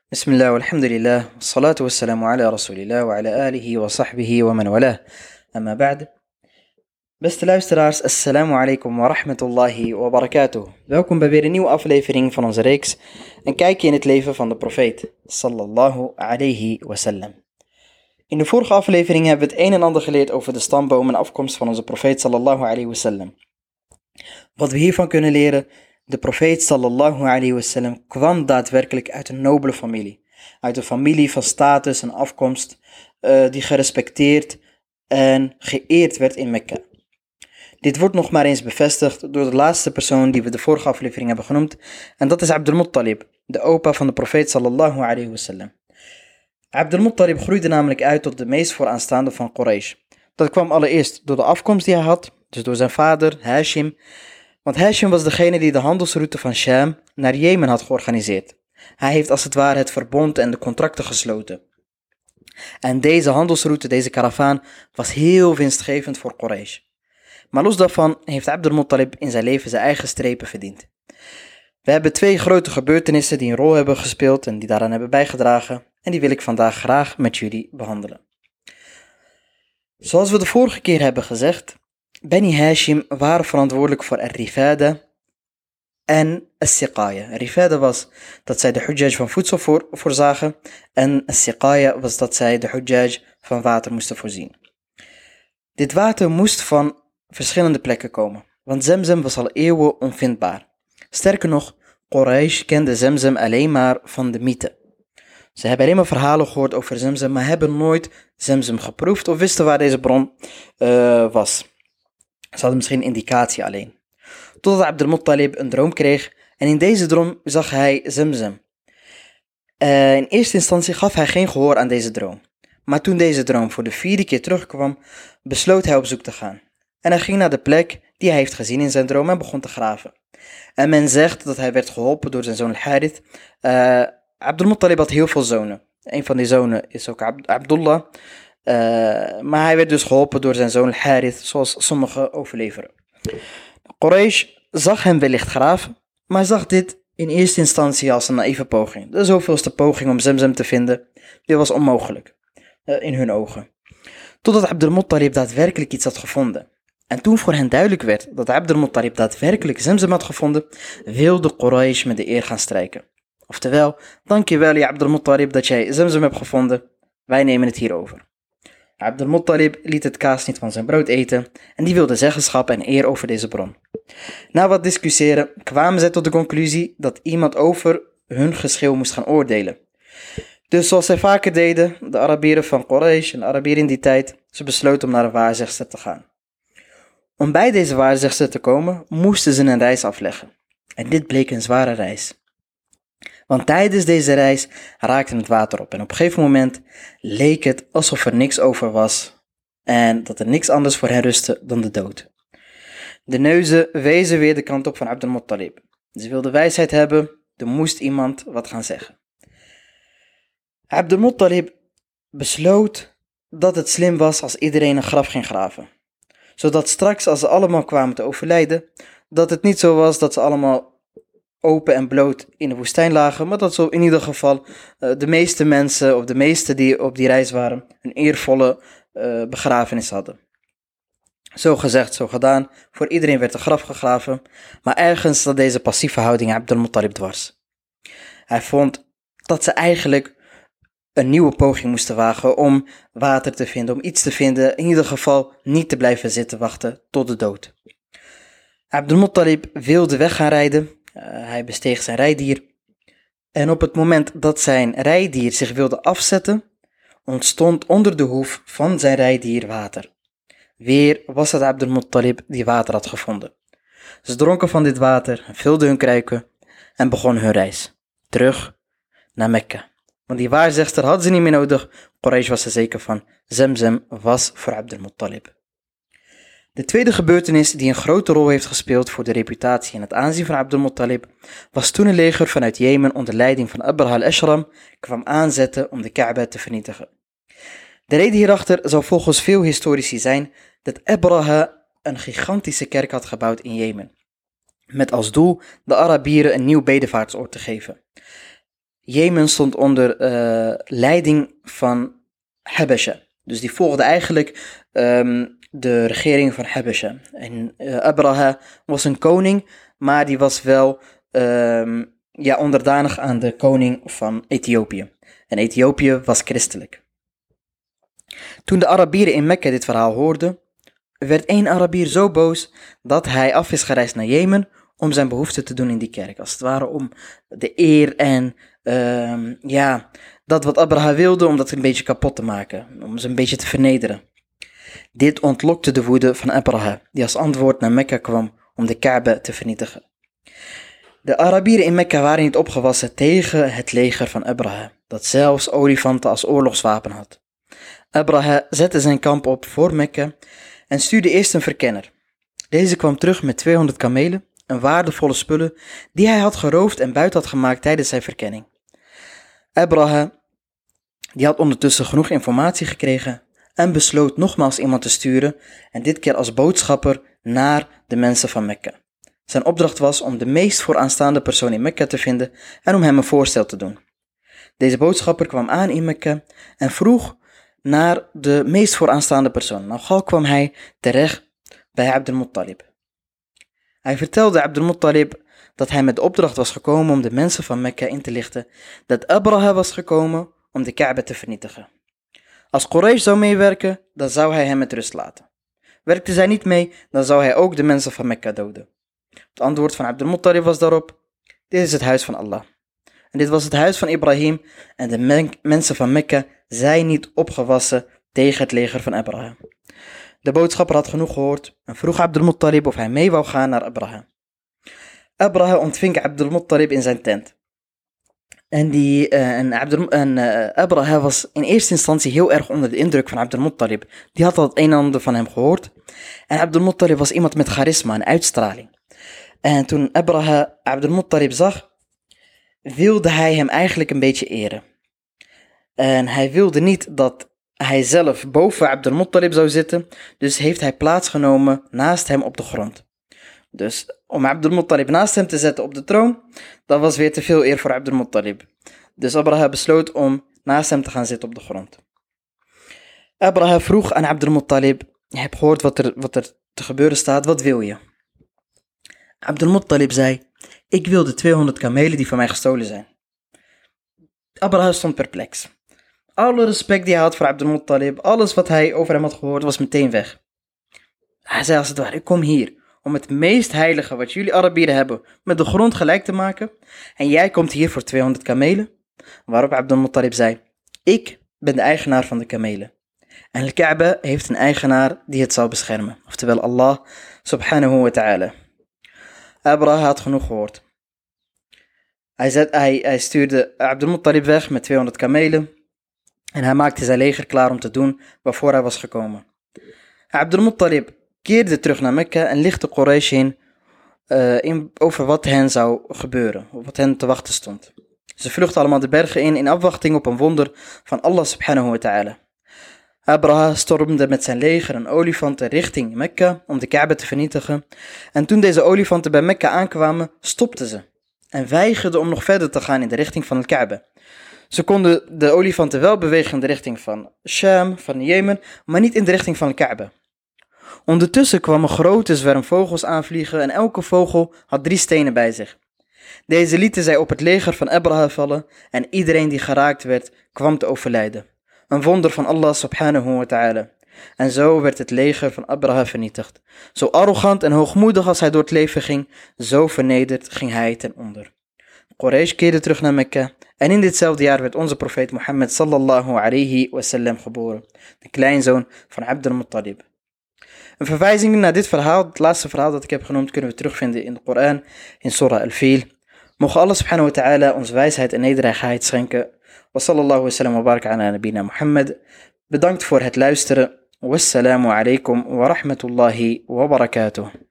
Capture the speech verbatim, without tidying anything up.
Bismillah, walhamdulillah, wassalatu wassalamu ala rasulillah wa ala alihi wa sahbihi wa man walah. Amma ba'd. Beste luisteraars, assalamu alaikum wa rahmatullahi wa barakatuh. Welkom bij weer een nieuwe aflevering van onze reeks Een kijkje in het leven van de profeet, sallallahu alayhi wasallam. In de vorige aflevering hebben we het een en ander geleerd over de stamboom en afkomst van onze profeet, sallallahu alayhi wasallam. Wat we hiervan kunnen leren: de profeet sallallahu alayhi wasallam kwam daadwerkelijk uit een nobele familie. Uit een familie van status en afkomst uh, die gerespecteerd en geëerd werd in Mekka. Dit wordt nog maar eens bevestigd door de laatste persoon die we de vorige aflevering hebben genoemd. En dat is Abdul Muttalib, de opa van de profeet sallallahu alayhi wasallam. Abdul Muttalib groeide namelijk uit tot de meest vooraanstaande van Quraysh. Dat kwam allereerst door de afkomst die hij had, dus door zijn vader Hashim. Want Hashim was degene die de handelsroute van Sham naar Jemen had georganiseerd. Hij heeft als het ware het verbond en de contracten gesloten. En deze handelsroute, deze karavaan, was heel winstgevend voor Quraysh. Maar los daarvan heeft Abdul Muttalib in zijn leven zijn eigen strepen verdiend. We hebben twee grote gebeurtenissen die een rol hebben gespeeld en die daaraan hebben bijgedragen. En die wil ik vandaag graag met jullie behandelen. Zoals we de vorige keer hebben gezegd, Bani Hashim waren verantwoordelijk voor al-rifada en al-siqaya. Al-rifada was dat zij de hujjaj van voedsel voor, voorzagen en al-siqaya was dat zij de hujjaj van water moesten voorzien. Dit water moest van verschillende plekken komen, want Zemzem was al eeuwen onvindbaar. Sterker nog, Quraysh kende Zemzem alleen maar van de mythe. Ze hebben alleen maar verhalen gehoord over Zemzem, maar hebben nooit Zemzem geproefd of wisten waar deze bron uh, was. Ze hadden misschien indicatie alleen. Totdat Abdul Muttalib een droom kreeg en in deze droom zag hij Zemzem. Uh, in eerste instantie gaf hij geen gehoor aan deze droom. Maar toen deze droom voor de vierde keer terugkwam, besloot hij op zoek te gaan. En hij ging naar de plek die hij heeft gezien in zijn droom en begon te graven. En men zegt dat hij werd geholpen door zijn zoon al-Harith. Uh, Abdul Muttalib had heel veel zonen. Een van die zonen is ook Ab- Abdullah. Uh, maar hij werd dus geholpen door zijn zoon al-Harith, zoals sommigen overleveren. Quraysh zag hem wellicht graven, maar zag dit in eerste instantie als een naïeve poging. De zoveelste poging om Zemzem te vinden. Dit was onmogelijk, uh, in hun ogen. Totdat Abdul Muttalib daadwerkelijk iets had gevonden. En toen voor hen duidelijk werd dat Abdul Muttalib daadwerkelijk Zemzem had gevonden, wilde Quraysh met de eer gaan strijken. Oftewel, dankjewel ja Abdul Muttalib dat jij Zemzem hebt gevonden, wij nemen het hier over. Abdul Muttalib liet het kaas niet van zijn brood eten en die wilde zeggenschap en eer over deze bron. Na wat discussiëren kwamen zij tot de conclusie dat iemand over hun geschil moest gaan oordelen. Dus zoals zij vaker deden, de Arabieren van Quraysh en de Arabieren in die tijd, ze besloten om naar een waarzegster te gaan. Om bij deze waarzegster te komen, moesten ze een reis afleggen. En dit bleek een zware reis. Want tijdens deze reis raakte het water op en op een gegeven moment leek het alsof er niks over was en dat er niks anders voor hen rustte dan de dood. De neuzen wezen weer de kant op van Abdul Muttalib. Ze wilden wijsheid hebben, er moest iemand wat gaan zeggen. Abdul Muttalib besloot dat het slim was als iedereen een graf ging graven. Zodat straks als ze allemaal kwamen te overlijden, dat het niet zo was dat ze allemaal open en bloot in de woestijn lagen, maar dat zo in ieder geval uh, de meeste mensen of de meeste die op die reis waren een eervolle uh, begrafenis hadden. Zo gezegd, zo gedaan, voor iedereen werd een graf gegraven, maar ergens zat deze passieve houding Abdul Muttalib dwars. Hij vond dat ze eigenlijk een nieuwe poging moesten wagen om water te vinden, om iets te vinden, in ieder geval niet te blijven zitten wachten tot de dood. Abdul Muttalib wilde weg gaan rijden. Uh, hij besteeg zijn rijdier en op het moment dat zijn rijdier zich wilde afzetten, ontstond onder de hoef van zijn rijdier water. Weer was het Abdul Muttalib die water had gevonden. Ze dronken van dit water, vulden hun kruiken en begonnen hun reis. Terug naar Mekka. Want die waarzegster hadden ze niet meer nodig. Quraysh was er zeker van. Zemzem was voor Abdul Muttalib. De tweede gebeurtenis die een grote rol heeft gespeeld voor de reputatie en het aanzien van Abdul Muttalib was toen een leger vanuit Jemen onder leiding van Abraha al-Ashram kwam aanzetten om de Kaaba te vernietigen. De reden hierachter zou volgens veel historici zijn dat Abraha een gigantische kerk had gebouwd in Jemen, met als doel de Arabieren een nieuw bedevaartsoord te geven. Jemen stond onder uh, leiding van Habasha. Dus die volgde eigenlijk um, de regering van Habasha. En uh, Abraha was een koning, maar die was wel um, ja, onderdanig aan de koning van Ethiopië. En Ethiopië was christelijk. Toen de Arabieren in Mekka dit verhaal hoorden, werd één Arabier zo boos dat hij af is gereisd naar Jemen om zijn behoefte te doen in die kerk. Als het ware om de eer en uh, ja, dat wat Abraha wilde, om dat een beetje kapot te maken. Om ze een beetje te vernederen. Dit ontlokte de woede van Abraha, die als antwoord naar Mekka kwam om de Kaaba te vernietigen. De Arabieren in Mekka waren niet opgewassen tegen het leger van Abraha, dat zelfs olifanten als oorlogswapen had. Abraha zette zijn kamp op voor Mekka en stuurde eerst een verkenner. Deze kwam terug met tweehonderd kamelen en waardevolle spullen die hij had geroofd en buit had gemaakt tijdens zijn verkenning. Abraha die had ondertussen genoeg informatie gekregen en besloot nogmaals iemand te sturen en dit keer als boodschapper naar de mensen van Mekka. Zijn opdracht was om de meest vooraanstaande persoon in Mekka te vinden en om hem een voorstel te doen. Deze boodschapper kwam aan in Mekka en vroeg naar de meest vooraanstaande persoon. Nou gauw kwam hij terecht bij Abdul Muttalib. Hij vertelde Abdul Muttalib dat hij met de opdracht was gekomen om de mensen van Mekka in te lichten dat Abraha was gekomen om de Kaaba te vernietigen. Als Quraysh zou meewerken, dan zou hij hem met rust laten. Werkte zij niet mee, dan zou hij ook de mensen van Mekka doden. Het antwoord van Abdul Muttalib was daarop: dit is het huis van Allah. En dit was het huis van Ibrahim en de men- mensen van Mekka zijn niet opgewassen tegen het leger van Abraha. De boodschapper had genoeg gehoord en vroeg Abdul Muttalib of hij mee wou gaan naar Abraha. Abraha ontving Abdul Muttalib in zijn tent. En, die, uh, en, Abdul, en uh, Abraha was in eerste instantie heel erg onder de indruk van Abdul Muttalib. Die had al het een en ander van hem gehoord. En Abdul Muttalib was iemand met charisma en uitstraling. En toen Abraha Abdul Muttalib zag, wilde hij hem eigenlijk een beetje eren. En hij wilde niet dat hij zelf boven Abdul Muttalib zou zitten, dus heeft hij plaatsgenomen naast hem op de grond. Dus om Abdul Muttalib naast hem te zetten op de troon, dat was weer te veel eer voor Abdul Muttalib. Dus Abraha besloot om naast hem te gaan zitten op de grond. Abraha vroeg aan Abdul Muttalib: je hebt gehoord wat er, wat er te gebeuren staat, wat wil je? Abdul Muttalib zei: ik wil de tweehonderd kamelen die van mij gestolen zijn. Abraha stond perplex. Alle respect die hij had voor Abdul Muttalib, alles wat hij over hem had gehoord, was meteen weg. Hij zei als het ware: ik kom hier om het meest heilige wat jullie Arabieren hebben met de grond gelijk te maken, en jij komt hier voor tweehonderd kamelen? Waarop Abdul Muttalib zei: ik ben de eigenaar van de kamelen. En de Kaaba heeft een eigenaar die het zal beschermen, oftewel Allah subhanahu wa ta'ala. Abraha had genoeg gehoord. Hij, zet, hij, hij stuurde Abdul Muttalib weg met tweehonderd kamelen en hij maakte zijn leger klaar om te doen waarvoor hij was gekomen. Abdul Muttalib keerde terug naar Mekka en lichtte Quraysh in, uh, in over wat hen zou gebeuren, wat hen te wachten stond. Ze vluchtten allemaal de bergen in in afwachting op een wonder van Allah subhanahu wa ta'ala. Abraha stormde met zijn leger en olifanten richting Mekka om de Kaaba te vernietigen. En toen deze olifanten bij Mekka aankwamen, stopten ze en weigerden om nog verder te gaan in de richting van de Kaaba. Ze konden de olifanten wel bewegen in de richting van Sham, van Jemen, maar niet in de richting van de Kaaba. Ondertussen kwam een grote zwerm vogels aanvliegen en elke vogel had drie stenen bij zich. Deze lieten zij op het leger van Abraha vallen en iedereen die geraakt werd, kwam te overlijden. Een wonder van Allah subhanahu wa ta'ala. En zo werd het leger van Abraha vernietigd. Zo arrogant en hoogmoedig als hij door het leven ging, zo vernederd ging hij ten onder. Quraysh keerde terug naar Mekka en in ditzelfde jaar werd onze profeet Mohammed sallallahu alayhi wasallam geboren, de kleinzoon van Abdul Muttalib. Een verwijzing naar dit verhaal, het laatste verhaal dat ik heb genoemd, kunnen we terugvinden in de Koran, in Surah Al-Fil. Mogen Allah subhanahu wa ta'ala ons wijsheid en nederigheid schenken. Wa sallallahu wa sallam wa baraka ala nabina Muhammad. Bedankt voor het luisteren. Wassalamu alaikum wa rahmatullahi wa barakatuh.